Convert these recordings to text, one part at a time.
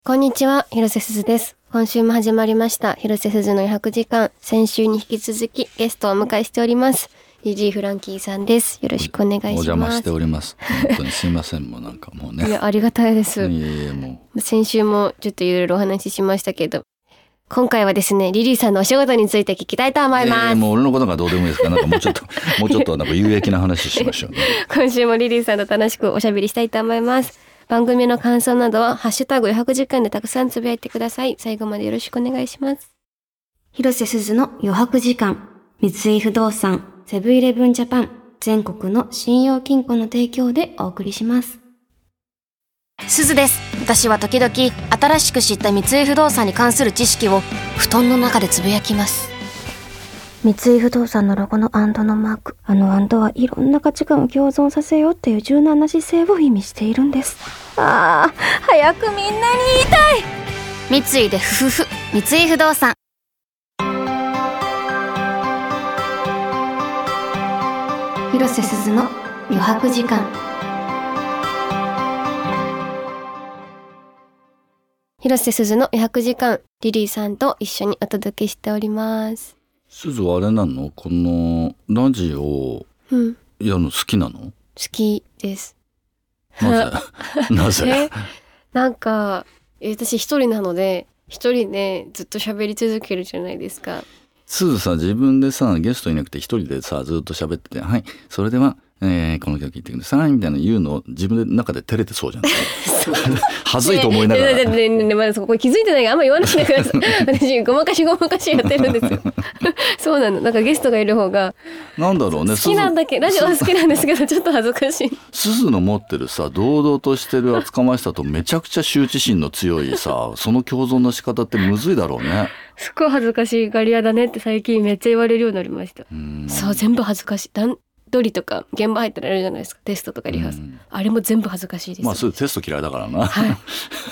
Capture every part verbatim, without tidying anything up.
こんにちは、広瀬すずです。今週も始まりました広瀬すずの余白時間。先週に引き続きゲストをお迎えしております。リリー・フランキーさんです。よろしくお願いします。お邪魔しております。本当にすいません。もうなんかもうね。 いや、ありがたいです。 いえいえ、もう先週もちょっといろいろお話ししましたけど、今回はですね、リリーさんのお仕事について聞きたいと思います。 えー、もう俺のことがどうでもいいですから、なんかもうちょっともうちょっとなんか有益な話しましょうね。 今週もリリーさんと楽しくおしゃべりしたいと思います。番組の感想などはハッシュタグ余白時間でたくさんつぶやいてください。最後までよろしくお願いします。広瀬すずの余白時間、三井不動産、セブンイレブンジャパン、全国の信用金庫の提供でお送りします。すずです。私は時々新しく知った三井不動産に関する知識を布団の中でつぶやきます。三井不動産のロゴのアンドのマーク、あのアンドはいろんな価値観を共存させようっていう柔軟な姿勢を意味しているんです。ああ、早くみんなに言いたい。三井でふふふ、三井不動産。広瀬すずの余白時間。広瀬すずの余白時間、リリーさんと一緒にお届けしております。 すずはあれなの？このラジオをやるの好きなの？うん、 好きです。 なぜなぜなんか私一人なので一人でずっと喋り続けるじゃないですか。 すずさ、自分でさ、ゲストいなくて一人でさずっと喋ってて、はい、それでは、えー、この曲言ってくださいみたいな言うのを自分の中で照れてそうじゃない恥ずいと思いながら、ねねねね、 まだそこ気づいてないからあんま言わないでください私ごまかしごまかしやってるんですよそうなの。なんかゲストがいる方がなんだろうね、 好きなんだけど、ラジオは好きなんですけどちょっと恥ずかしい。 すずの持ってるさ、堂々としてる厚かましさとめちゃくちゃ羞恥心の強いさ、その共存の仕方ってむずいだろうね。 すごい恥ずかしがり屋だねって最近めっちゃ言われるようになりました。そう、全部恥ずかしい。段取りとか現場入ったらやるじゃないですか、テストとかリハーサル、あれも全部恥ずかしいです。 まあそれテスト嫌いだからな、 はい、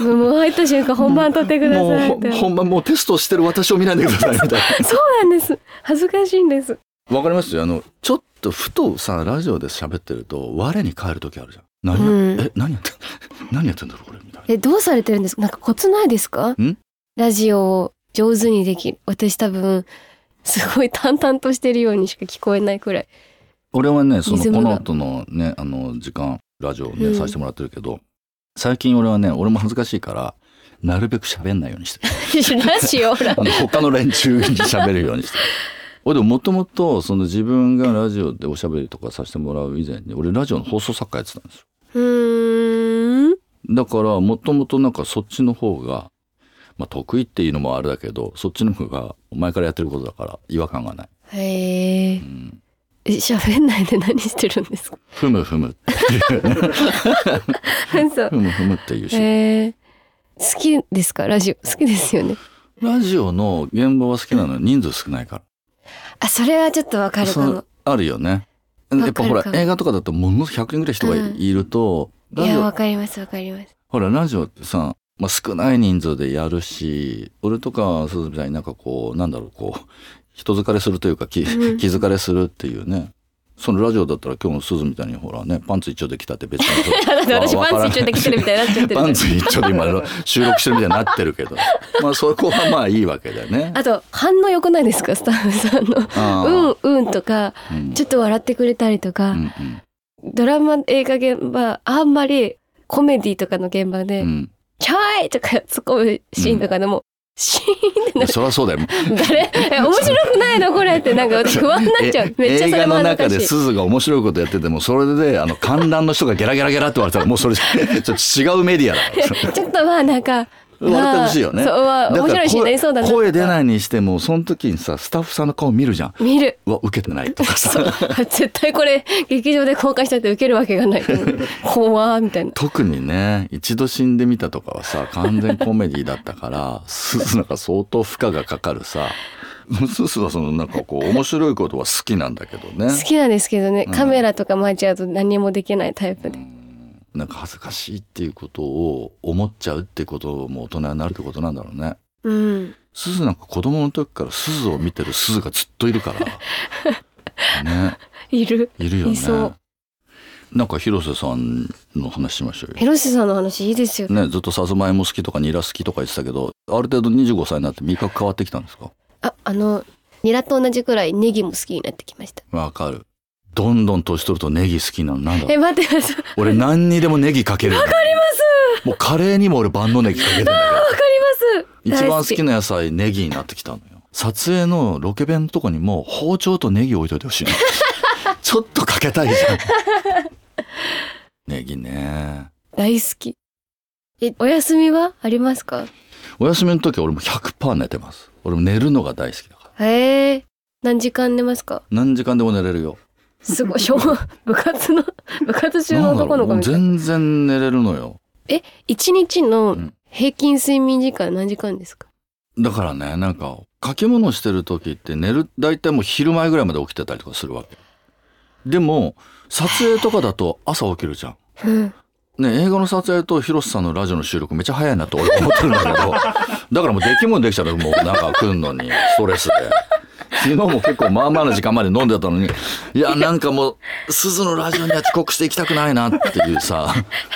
もう入った瞬間本番取ってくださいって、 もう本番もうテストしてる私を見ないでくださいみたいなそうなんです、恥ずかしいんです。 わかりますよ。あのちょっとふとさラジオで喋ってると我に返る時あるじゃん。何や、うん、え何やって何やってんだろうこれみたいな。 え、どうされてるんですか？なんかコツないですか？んラジオを上手にできる。私多分すごい淡々としてるようにしか聞こえないくらい。 俺はね、そのこの後のね、あの時間ラジオね、うん、させてもらってるけど、最近俺はね、俺も恥ずかしいからなるべく喋んないようにしてるラジオあの他の連中に喋るようにしてる俺でももともとその自分がラジオでおしゃべりとかさせてもらう以前に俺ラジオの放送作家やってたんですよ。 うーん、だからもともとなんかそっちの方が、まあ、得意っていうのもあれだけど、そっちの方が前からやってることだから違和感がない。 へえ、うん、え、喋んないで何してるんですか？ ふむふむっていうねふむふむっていうし、 えー、好きですか？ラジオ好きですよね。 ラジオの現場は好きなのに人数少ないから。 あ、それはちょっとわかるかも。 あるよね。やっぱほら映画とかだとものひゃくにんぐらい人がいると、 うん、いやわかりますわかります。 ほらラジオってさ、まあ、少ない人数でやるし、俺とかすずみたいになんかこうなんだろう、こう人疲れするというか 気,、うん、気疲れするっていうね。そのラジオだったら今日のすずみたいにほらね、パンツ一丁で来たって別に私パンツ一丁で来てるみたいになっちゃってるパンツ一丁で今収録してるみたいになってるけどまあそこはまあいいわけだよね。 あと反応良くないですか？スタッフさんのうんうんとか、うん、ちょっと笑ってくれたりとか、うんうん、ドラマ映画現場あんまりコメディとかの現場で、うん、キャーイとか突っ込むシーンとかでも、うん、シーンってなる。 そりゃそうだよ。 誰面白くないのこれってなんか私不安になっちゃう。めっちゃそれも恥ずかしい。映画の中ですずが面白いことやっててもそれであの観覧の人がゲラゲラゲラって言われたらもうそれちょっと違うメディアだちょっとまあなんか笑ってほしいよね。 そう、面白いしね、そうだね。 声出ないにしてもその時にさスタッフさんの顔見るじゃん。 見る。 うわ受けてないとかさ絶対これ劇場で公開したって受けるわけがない怖ーみたいな。 特にね一度死んでみたとかはさ完全コメディだったからすずなんか相当負荷がかかるさ。すずはそのなんかこう面白いことは好きなんだけどね。 好きなんですけどね、カメラとか巻いちゃうと何もできないタイプで、うん、 なんか恥ずかしいっていうことを思っちゃうってことも大人になるってことなんだろうね。うん。すずなんか子供の時からすずを見てるすずがずっといるからね。 いる。 いるよね。 いそう。 なんか広瀬さんの話しましょうよ。 広瀬さんの話いいですよね。ずっとさつまいも好きとかニラ好きとか言ってたけど、ある程度にじゅうごさいになって味覚変わってきたんですか？ あ、あのニラと同じくらいネギも好きになってきました。 わかる。どんどん年取るとネギ好きなの。なんだろう。 え、待ってください。 俺何にでもネギかける。わかります。もうカレーにも俺万能ネギかけてるんだよ。 わかります。 一番好きな野菜ネギになってきたのよ。撮影のロケ弁のとこにも包丁とネギ置いといてほしいの。ちょっとかけたいじゃん。ネギね。 大好き。え、お休みはありますか？ お休みの時は俺も ひゃくパーセント 寝てます。俺も寝るのが大好きだから。 へえ。何時間寝ますか？ 何時間でも寝れるよ。 すごい、小部活の部活中の男の子みたいな。 全然寝れるのよ。 え、一日の平均睡眠時間何時間ですか？ だからね、なんか書き物してる時って寝る大体もう昼前ぐらいまで起きてたりとかするわけ。でも撮影とかだと朝起きるじゃん。 うんね、映画の撮影と広瀬さんのラジオの収録めっちゃ早いなと俺思ってるんだけど、だからもうできもんできちゃうの、もうなんか来んのにストレスで。昨日も結構まあまあな時間まで飲んでたのに、いやなんかもう鈴のラジオには遅刻していきたくないなっていうさ。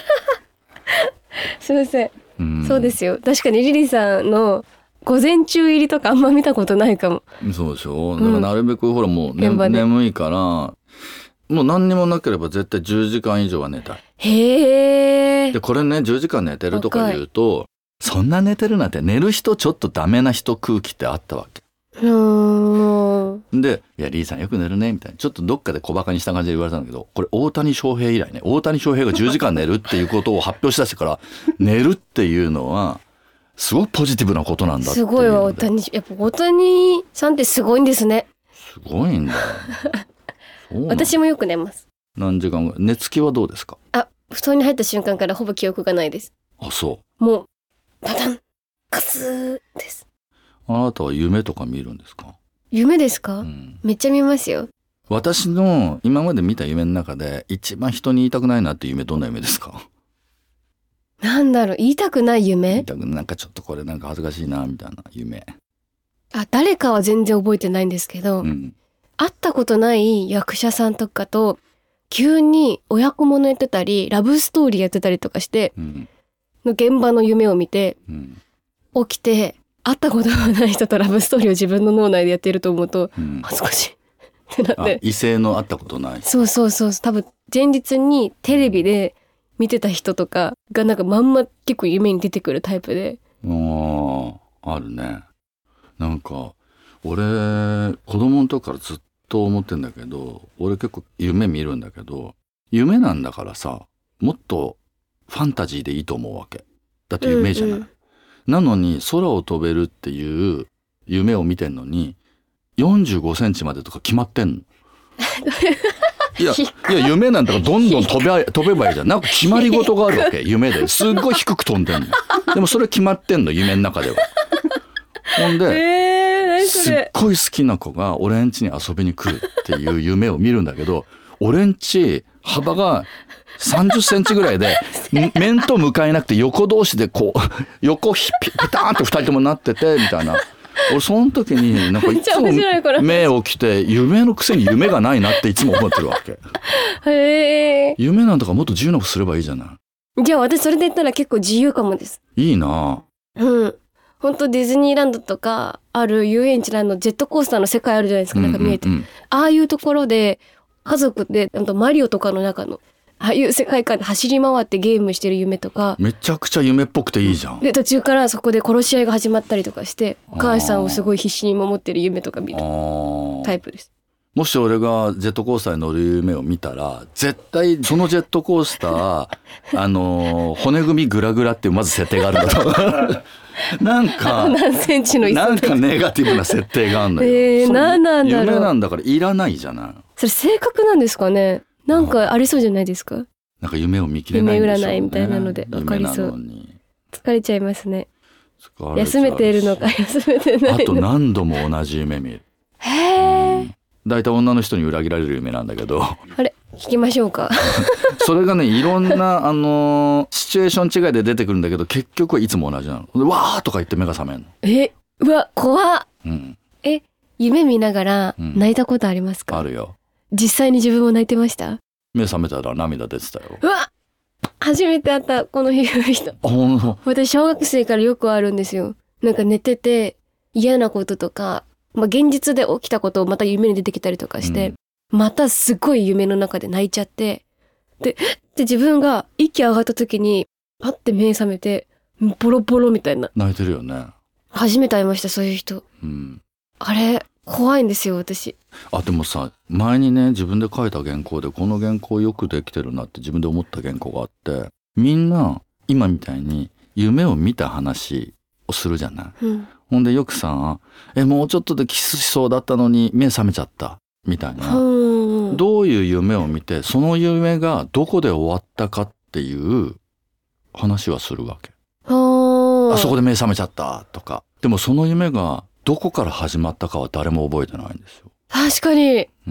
すいません、うん、そうですよ。確かにリリさんの午前中入りとかあんま見たことないかも。 そうでしょ。だからなるべくほらもう、ね、うん、眠いからもう何にもなければ絶対じゅうじかん以上は寝たい。 へえ。 でこれね、じゅうじかん寝てるとか言うと、そんな寝てるなんて、寝る人ちょっとダメな人空気ってあったわけ。うーんで、いやリーさんよく寝るねみたいな、ちょっとどっかで小バカにした感じで言われたんだけど、これ大谷翔平以来ね、大谷翔平がじゅうじかん寝るっていうことを発表しだしてから寝るっていうのはすごくポジティブなことなんだっていうので。すごいわ、大谷、やっぱ大谷さんってすごいんですね。 すごいんだよ。そう私もよく寝ます。 何時間ぐらい？寝つきはどうですか？ あ、布団に入った瞬間からほぼ記憶がないです。 あ、そう。 もうパタンカツーです。 あなたは夢とか見るんですか？ 夢ですか？うん、めっちゃ見ますよ。 私の今まで見た夢の中で一番人に言いたくないなっていう夢、どんな夢ですか？ なんだろう、言いたくない夢？言いたくなんかちょっとこれなんか恥ずかしいなみたいな夢。 あ、誰かは全然覚えてないんですけど、うん、会ったことない役者さんとかと急に親子ものやってたりラブストーリーやってたりとかして、うん、の現場の夢を見て、うん、起きて会ったことがない人とラブストーリーを自分の脳内でやっていると思うと、うん、恥ずかしいってなって。 異性の会ったことない。 そうそうそう、多分前日にテレビで見てた人とかがなんかまんま結構夢に出てくるタイプで。 ああ、あるね。なんか俺子供の時からずっと思ってんだけど、俺結構夢見るんだけど、夢なんだからさ、もっとファンタジーでいいと思うわけだって夢じゃない、うんうん、なのに空を飛べるっていう夢を見てんのによんじゅうごセンチまでとか決まってんの。いやいや、夢なんだからどんどん飛べ飛べばいいじゃん。なんか決まり事があるわけ。夢ですっごい低く飛んでんの。でもそれ決まってんの、夢の中では。ほんで、えー、すっごい好きな子が俺ん家に遊びに来るっていう夢を見るんだけど、俺ん家幅がさんじゅっセンチぐらいで面と向かいなくて横同士でこう横ひピターンとふたりともなっててみたいな。俺その時になんかいつも目起きて夢のくせに夢がないなっていつも思ってるわけ。へー。夢なんとかもっと自由なことすればいいじゃない。 じゃあ私それで言ったら結構自由かもです。 いいな。 うん。本当ディズニーランドとかある遊園地ランド、ジェットコースターの世界あるじゃないですか、なんか見えて、うんうんうん、ああいうところで家族でマリオとかの中のああいう世界観で走り回ってゲームしてる夢とか、 めちゃくちゃ夢っぽくていいじゃん。 で途中からそこで殺し合いが始まったりとかしてお母さんをすごい必死に守ってる夢とか見るタイプです。 もし俺がジェットコースターに乗る夢を見たら絶対そのジェットコースターあの骨組みグラグラっていうまず設定があるんだとなんか何センチのなんかネガティブな設定があるのよ。 えー、何なんだろう。 夢なんだからいらないじゃない。 それ性格なんですかね。なんかありそうじゃないですか。 なんか夢を見切れないんでしょうね。 夢占いみたいなので分かりそう。疲れちゃいますね。休めているのか休めてないのか。 あと何度も同じ夢見る。 へー。 だいたい女の人に裏切られる夢なんだけど。 あれ聞きましょうか。 それがね、いろんなあのシチュエーション違いで出てくるんだけど、結局はいつも同じなの。でわーとか言って目が覚めるの。 え、うわ怖っ、うん、え夢見ながら泣いたことありますか？ うん、あるよ。 実際に自分も泣いてました？ 目覚めたら涙出てたよ。 うわ初めて会ったこの人。 あ、ほんと。 私小学生からよくあるんですよ。なんか寝てて嫌なこととか、まあ、現実で起きたことをまた夢に出てきたりとかして、うん、またすごい夢の中で泣いちゃって、で、で自分が息上がった時にパッて目覚めてボロボロみたいな。 泣いてるよね。 初めて会いました、そういう人。 うん、 あれ怖いんですよ私。 あ、でもさ、前にね自分で書いた原稿でこの原稿よくできてるなって自分で思った原稿があって、みんな今みたいに夢を見た話をするじゃない、うん、ほんでよくさ、えもうちょっとでキスしそうだったのに目覚めちゃったみたいな、うん、どういう夢を見てその夢がどこで終わったかっていう話はするわけ。あそこで目覚めちゃったとか。でもその夢がどこから始まったかは誰も覚えてないんですよ。 確かに、 うん、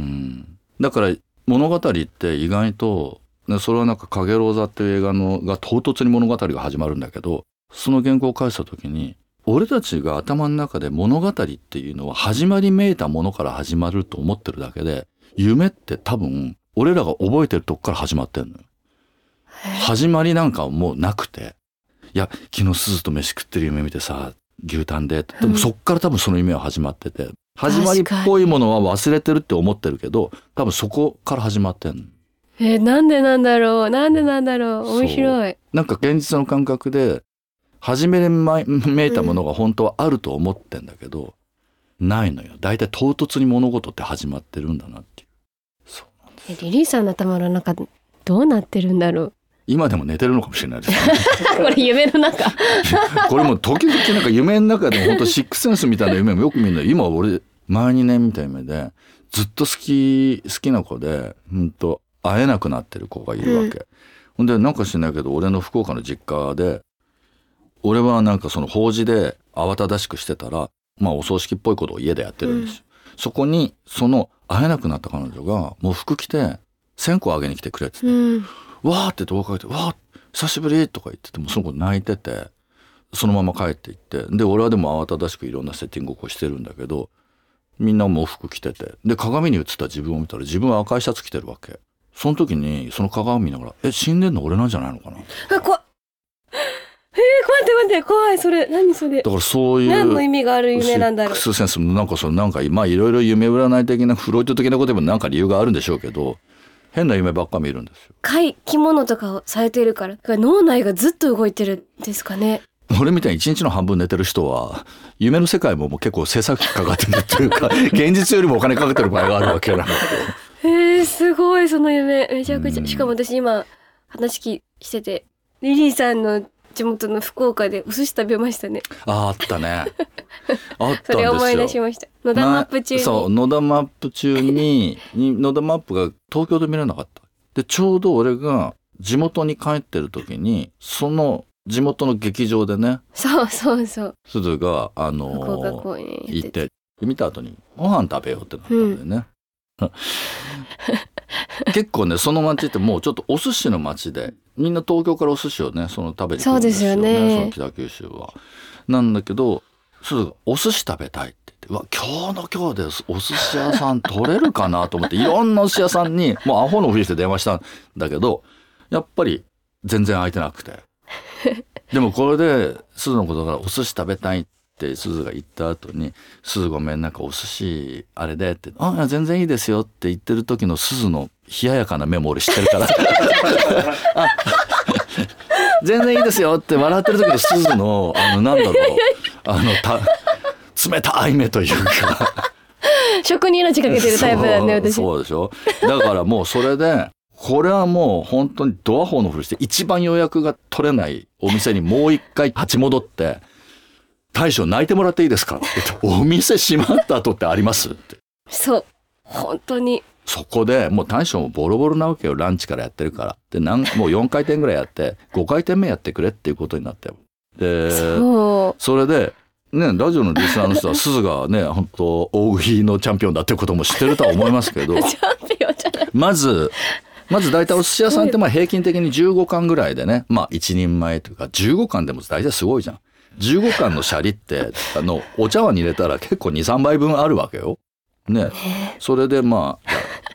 だから物語って意外と、ね、それはなんか影ローザっていう映画のが唐突に物語が始まるんだけど、その原稿を書いてた時に俺たちが頭の中で物語っていうのは始まりめいたものから始まると思ってるだけで、夢って多分俺らが覚えてるとこから始まってんのよ。始まりなんかもうなくて、いや昨日鈴と飯食ってる夢見てさ牛タンで、でもそっから多分その夢は始まってて、うん、始まりっぽいものは忘れてるって思ってるけど多分そこから始まってんの。 えー、なんでなんだろうなんでなんだろう面白い。 なんか現実の感覚で始めめいたものが本当はあると思ってんだけど、うん、ないのよ。だいたい唐突に物事って始まってるんだなっていう。そうなんです。 えリリーさんの頭の中どうなってるんだろう。 今でも寝てるのかもしれないですねこれ夢の中これも時々なんか夢の中でも本当シックスセンスみたいな夢もよく見るの。今俺前にね見た夢でずっと好き好きな子で、うんと会えなくなってる子がいるわけ、うん、ほんでなんか知んないけど俺の福岡の実家で俺はなんかその法事で慌ただしくしてたら、まあお葬式っぽいことを家でやってるんですよ、うん、そこにその会えなくなった彼女がもう服着て線香あげに来てくれって言って、うんわーって動画かけてわー久しぶりとか言っててもその子泣いててそのまま帰っていって、で俺はでも慌ただしくいろんなセッティングをこうしてるんだけどみんなもう服着てて、で鏡に映った自分を見たら自分は赤いシャツ着てるわけ。その時にその鏡見ながらえ死んでんの俺なんじゃないのかな。 あ怖っえー、怖って待って怖いそれ何それ。 だからそういう何の意味がある夢なんだろう。 シックスセンスもなんかそのなんかまあいろいろ夢占い的なフロイト的なことでもなんか理由があるんでしょうけど変な夢ばっか見るんですよ。 怪奇物とかをされてるから脳内がずっと動いてるんですかね。 俺みたいに一日の半分寝てる人は夢の世界ももう結構制作費かかってるというか現実よりもお金かけてる場合があるわけなのでえー、すごいその夢めちゃくちゃ。しかも私今話聞しててリリーさんの地元の福岡でお寿司食べましたね。 あ, あったねあったんですよ。 それ思い出しました。野田マップ中に、 そう野田マップ中に野田マップが東京で見れなかった。でちょうど俺が地元に帰ってる時にその地元の劇場でねそうそうそう鈴があの福岡公園行って見た後にご飯食べようってなったんだよね、うん結構ねその町ってもうちょっとお寿司の町でみんな東京からお寿司をねその食べに来るんですよね。そうですよね、その北九州は。なんだけどすぐお寿司食べたいって言ってうわ今日の今日でお寿司屋さん取れるかなと思っていろんなお寿司屋さんにもうアホのふりして電話したんだけどやっぱり全然空いてなくてでもこれで鈴のことからお寿司食べたいって鈴が言った後に鈴ごめんなんかお寿司あれでってあ全然いいですよって言ってる時の鈴の冷ややかな目も俺知ってるからあ全然いいですよって笑ってる時の鈴のあのなんだろうあのた冷たい目というか食に命かけてるタイプなんで私。 そうでしょ。だからもうそれでこれはもう本当にドアホのふりして一番予約が取れないお店にもう一回立ち戻って大将泣いてもらっていいですかって言ってお店閉まった後ってありますってそう本当にそこでもう大将もボロボロなわけよランチからやってるからでなんもうよんかい転ぐらいやってごかい転目やってくれっていうことになってで そ, それでねラジオのリスナーの人は鈴がね本当大食いのチャンピオンだっていうことも知ってるとは思いますけどチャンピオンじゃないまずまず大体お寿司屋さんってまあ平均的にじゅうごかんぐらいでねまあ一人前というかじゅうごかんでも大体すごいじゃん。じゅうごかんのシャリってあのお茶碗に入れたら結構 にさんばいぶんあるわけよ。ね、それでまあ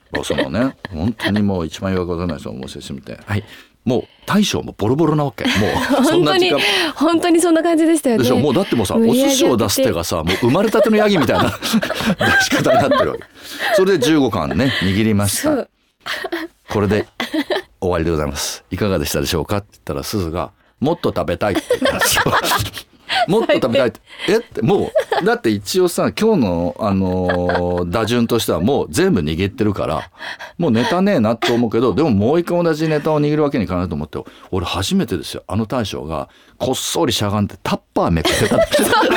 そのね本当にもう一番よくわかんない人を申し上げてみて、はい、もう大将もボロボロなわけ。もうそんな時間本当にそんな感じでしたよね。 でしょ。もうだってもうさお寿司を出す手がさもう生まれたてのヤギみたいな出し方になってるわけ。それでじゅうごかんね握りました。これで終わりでございます。いかがでしたでしょうかって言ったらすずがもっと食べたいって言ったんですよ。もっと食べたいってえってもうだって一応さ今日の、あのー、打順としてはもう全部握ってるからもうネタねえなと思うけどでももう一回同じネタを握るわけにいかないと思って俺初めてですよあの大将がこっそりしゃがんでタッパーめくってたってそうそう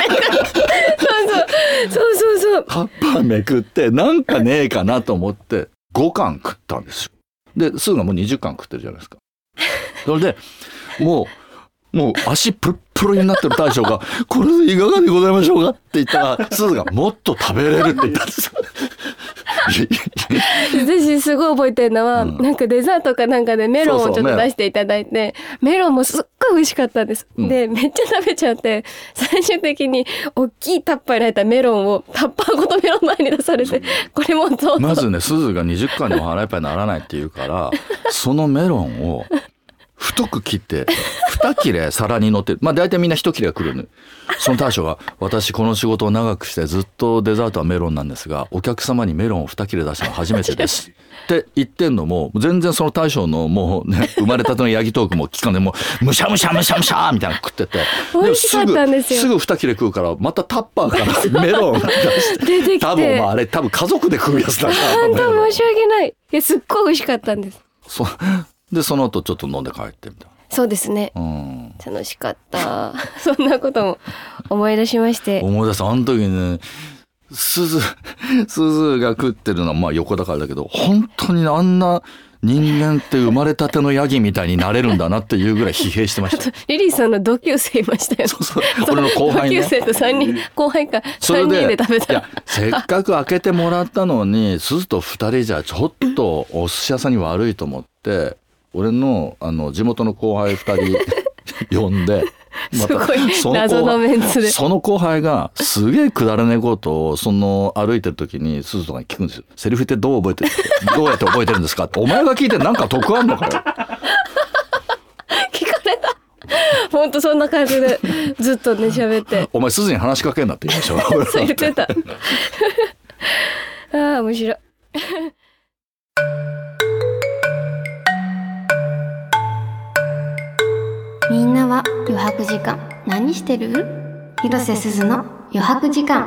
そうそうタッパーめくってなんかねえかなと思ってごかん食ったんですよ。ですぐがもうにじゅっかん食ってるじゃないですか。それでもうもう足プルプルになってる大将がこれでいかがでございましょうかって言ったらすずがもっと食べれるって言ったんですよ。 私すごい覚えてるのは、うん、なんかデザートかなんかでメロンをちょっと出していただいてそうそうメロンもすっごい美味しかったんです、うん、でめっちゃ食べちゃって最終的に大きいタッパーに入ったメロンをタッパーごとメロン前に出されてこれもどうぞまずねすずがにじゅっかんにお腹いっぱいにならないって言うからそのメロンを太く切ってに切れ皿に乗ってる。まあ大体みんないち切れが来るの。その大将が私この仕事を長くしてずっとデザートはメロンなんですがお客様にメロンをに切れ出したのは初めてですって言ってんのも全然その大将のもうね生まれたてのヤギトークも聞かんでもうむしゃむしゃむしゃむしゃみたいなの食ってて美味しかったんですよ。 すぐに切れ食うからまたタッパーからメロン出して出てきて多分まああれ多分家族で食うやつだから本当申し訳ない。いやすっごい美味しかったんです。 そでその後ちょっと飲んで帰ってみたいな。 そうですね、うん、楽しかったそんなことも思い出しまして思い出す。あの時ねすずすずが食ってるのはまあ横だからだけど本当にあんな人間って生まれたてのヤギみたいになれるんだなっていうぐらい疲弊してましたリリーさんの同級生いましたよ。 そうそう俺の後輩ね同級生とさんにん後輩かさんにんで食べた。 いやせっかく開けてもらったのにすずとふたりじゃちょっとお寿司屋さんに悪いと思って俺 の, あの地元の後輩ふたり呼んで、 ますごい謎のメンツでその後輩がすげえくだらねえことをその歩いてる時にすずとかに聞くんですよ。セリフってどう覚えてるどうやって覚えてるんですかってお前が聞いてなんか得あんのかよ聞かれた。ほんとそんな感じでずっとね喋ってお前すずに話しかけんなって言いましたそう言ってたああ面白いみんなは余白時間何してる？広瀬すずの余白時間。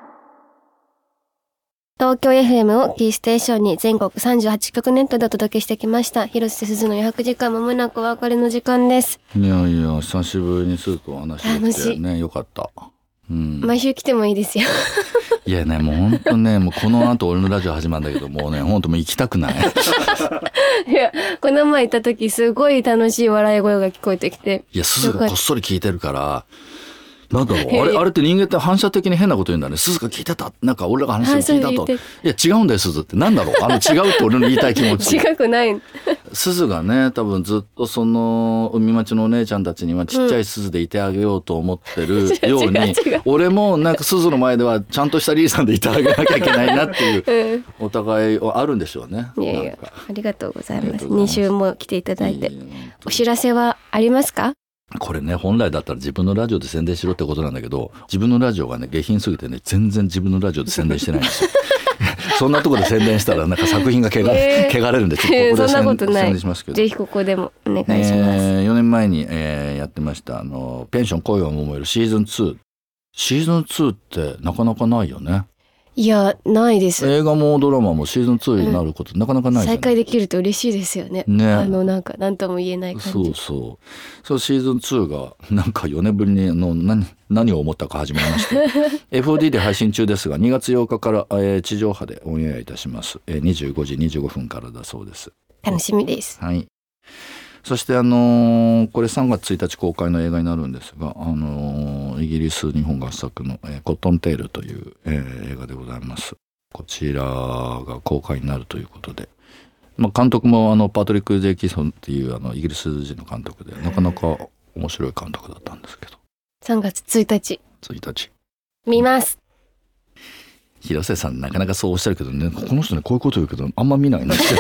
東京 エフエム をキーステーションに全国さんじゅうはちきょくネットでお届けしてきました広瀬すずの余白時間。まもなくお別れの時間です。 いやいや久しぶりにすずとお話できてねよかった、 うん、毎週来てもいいですよいやねもうほんとねもうこの後俺のラジオ始まるんだけどもうねほんともう行きたくないいやこの前行った時すごい楽しい笑い声が聞こえてきていやすずがこっそり聞いてるからなんだろうあれあれって人間って反射的に変なこと言うんだね。すずが聞いてたなんか俺らが話を聞いたといや違うんだよすずってなんだろうあの違うって俺の言いたい気持ち違くないすずがね多分ずっとその海町のお姉ちゃんたちにはちっちゃいすずでいてあげようと思ってるように、うん、俺もなんかすずの前ではちゃんとしたリーさんでいてあげなきゃいけないなっていう、うん、お互いあるんでしょうね。 いやいやありがとうございます。に週も来ていただいてお知らせはありますか？ これね本来だったら自分のラジオで宣伝しろってことなんだけど自分のラジオがね下品すぎてね全然自分のラジオで宣伝してないんですよそんなところで宣伝したらなんか作品が汚れ、えー、汚れるんでちょっとここで宣, そんなことない宣伝しますけどぜひここでもお願いします、えー、よねんまえに、えー、やってましたあのペンション恋は桃色シーズンツーシーズンツーってなかなかないよね。 いやないです。 映画もドラマもシーズンツーになること、うん、なかなかないじゃない。 再開できると嬉しいですよね。ねあのなんか何とも言えない感じ。 そうそうそうシーズンツーがなんかよねんぶりにの 何, 何を思ったか始まりましてエフオーディー で配信中ですがにがつようかから、えー、地上波でオンエアいたします、えー、にじゅうごじにじゅうごふんからだそうです。 楽しみです。 はい。そしてあのー、これさんがつついたち公開の映画になるんですが、あのー、イギリス日本合作の、えー、コットンテールという、えー、映画でございます。こちらが公開になるということで、まあ、監督もあのパトリック・ジェイキソンっていうあのイギリス人の監督でなかなか面白い監督だったんですけど、 さんがつついたちついたち見ます。 広瀬さんなかなかそうおっしゃるけどね、この人ねこういうこと言うけどあんま見ないんですよ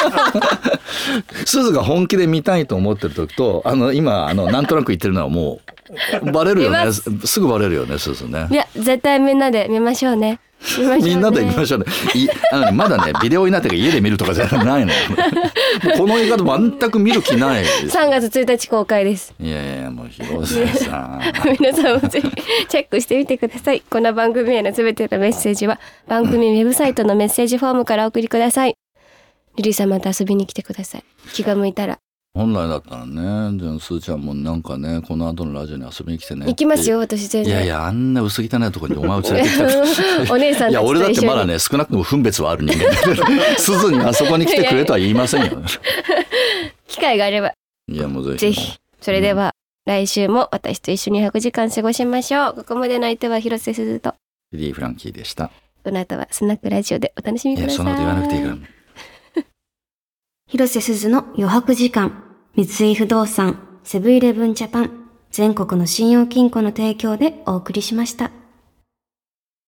すずが本気で見たいと思ってる時と、あの今あのなんとなく言ってるのはもうバレるよね。すぐバレるよね、すずね。 いや絶対みんなで見ましょうね。見ましょうねみんなで見ましょうね。いあの、ね、まだねビデオになってから家で見るとかじゃないのこの映画全く見る気ないさんがつついたち公開です。 いやいやもう広瀬さん皆さんもぜひチェックしてみてください。この番組へのすべてのメッセージは番組ウェブサイトのメッセージフォームからお送りください。リリーさんまた遊びに来てください。気が向いたら。 本来だったらね、じゃあすーちゃんもなんかねこの後のラジオに遊びに来てね。 行きますよ私全然。 いやいやあんな薄汚いところにお前を連れてきたお姉さんたちと一緒に。いや俺だってまだね少なくとも分別はある人間すずにあそこに来てくれとは言いませんよ機会があればいやもうぜひぜひ。それでは、うん、来週も私と一緒にひゃくじかん過ごしましょう。ここまでの相手は広瀬すずとリリー・フランキーでした。 この後はスナックラジオでお楽しみください。 いやそんなこと言わなくていいから広瀬すずの余白時間、三井不動産、セブンイレブンジャパン、全国の信用金庫の提供でお送りしました。